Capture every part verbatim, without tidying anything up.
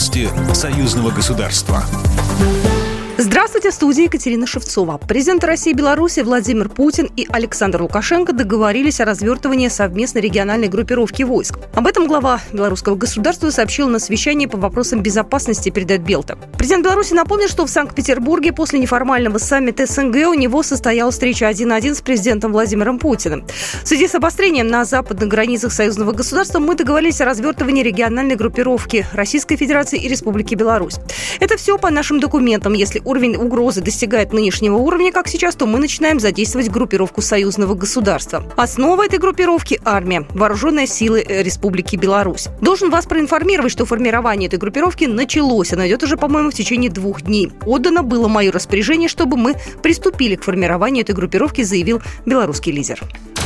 Новости союзного государства. Здравствуйте, в студии Екатерина Шевцова. Президенты России и Беларуси Владимир Путин и Александр Лукашенко договорились о развертывании совместной региональной группировки войск. Об этом глава белорусского государства сообщил на совещании по вопросам безопасности, передает Белта. Президент Беларуси напомнил, что в Санкт-Петербурге после неформального саммита СНГ у него состоялась встреча один на один с президентом Владимиром Путиным. В связи с обострением на западных границах союзного государства мы договорились о развертывании региональной группировки Российской Федерации и Республики Беларусь. Это все по нашим документам. Если уровень угрозы достигает нынешнего уровня, как сейчас, то мы начинаем задействовать группировку союзного государства. Основа этой группировки – армия, вооруженные силы Республики Беларусь. Должен вас проинформировать, что формирование этой группировки началось. Оно идет уже, по-моему, в течение двух дней. Отдано было мое распоряжение, чтобы мы приступили к формированию этой группировки, заявил белорусский лидер.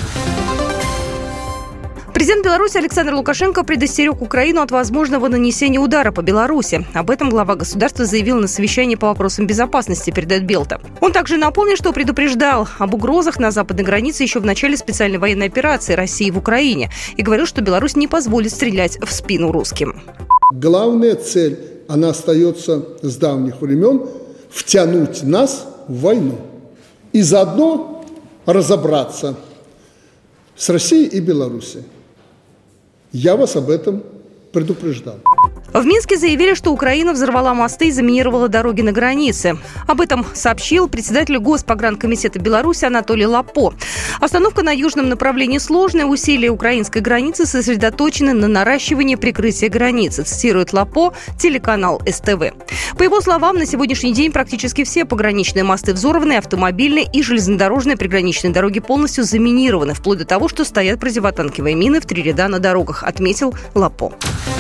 Президент Беларуси Александр Лукашенко предостерег Украину от возможного нанесения удара по Беларуси. Об этом глава государства заявил на совещании по вопросам безопасности, передает Белта. Он также напомнил, что предупреждал об угрозах на западной границе еще в начале специальной военной операции России в Украине и говорил, что Беларусь не позволит стрелять в спину русским. Главная цель, она остается с давних времен – втянуть нас в войну и заодно разобраться с Россией и Беларусью. Я вас об этом предупреждал. В Минске заявили, что Украина взорвала мосты и заминировала дороги на границе. Об этом сообщил председатель Госпогранкомитета Беларуси Анатолий Лапо. Обстановка на южном направлении сложная. Усилия украинской границы сосредоточены на наращивании прикрытия границы, цитирует Лапо телеканал эс тэ вэ. По его словам, на сегодняшний день практически все пограничные мосты взорваны, автомобильные и железнодорожные приграничные дороги полностью заминированы, вплоть до того, что стоят противотанковые мины в три ряда на дорогах, отметил Лапо.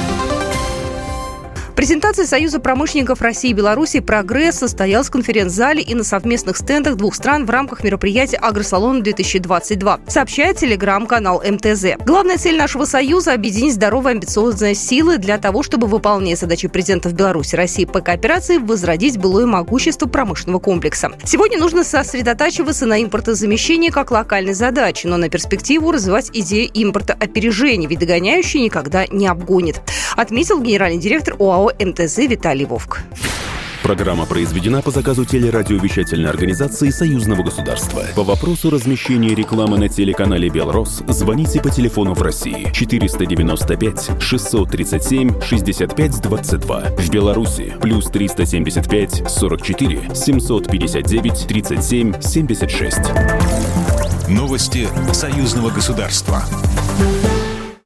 Презентация Союза промышленников России и Беларуси «Прогресс» состоялась в конференц-зале и на совместных стендах двух стран в рамках мероприятия «Агросалон две тысячи двадцать два», сообщает телеграм-канал эм тэ зэ. Главная цель нашего союза – объединить здоровые амбициозные силы для того, чтобы, выполняя задачи президентов Беларуси и России по кооперации, возродить былое могущество промышленного комплекса. Сегодня нужно сосредотачиваться на импортозамещении как локальной задаче, но на перспективу развивать идею импортоопережения, ведь догоняющий никогда не обгонит, отметил генеральный директор ОАО эм тэ зэ Виталий Вовк. Программа произведена по заказу телерадиовещательной организации Союзного государства. По вопросу размещения рекламы на телеканале «Белрос» звоните по телефону в России четыреста девяносто пять шестьсот тридцать семь шестьдесят пять двадцать два. В Беларуси плюс триста семьдесят пять сорок четыре семьсот пятьдесят девять тридцать семь семьдесят шесть. Новости союзного государства.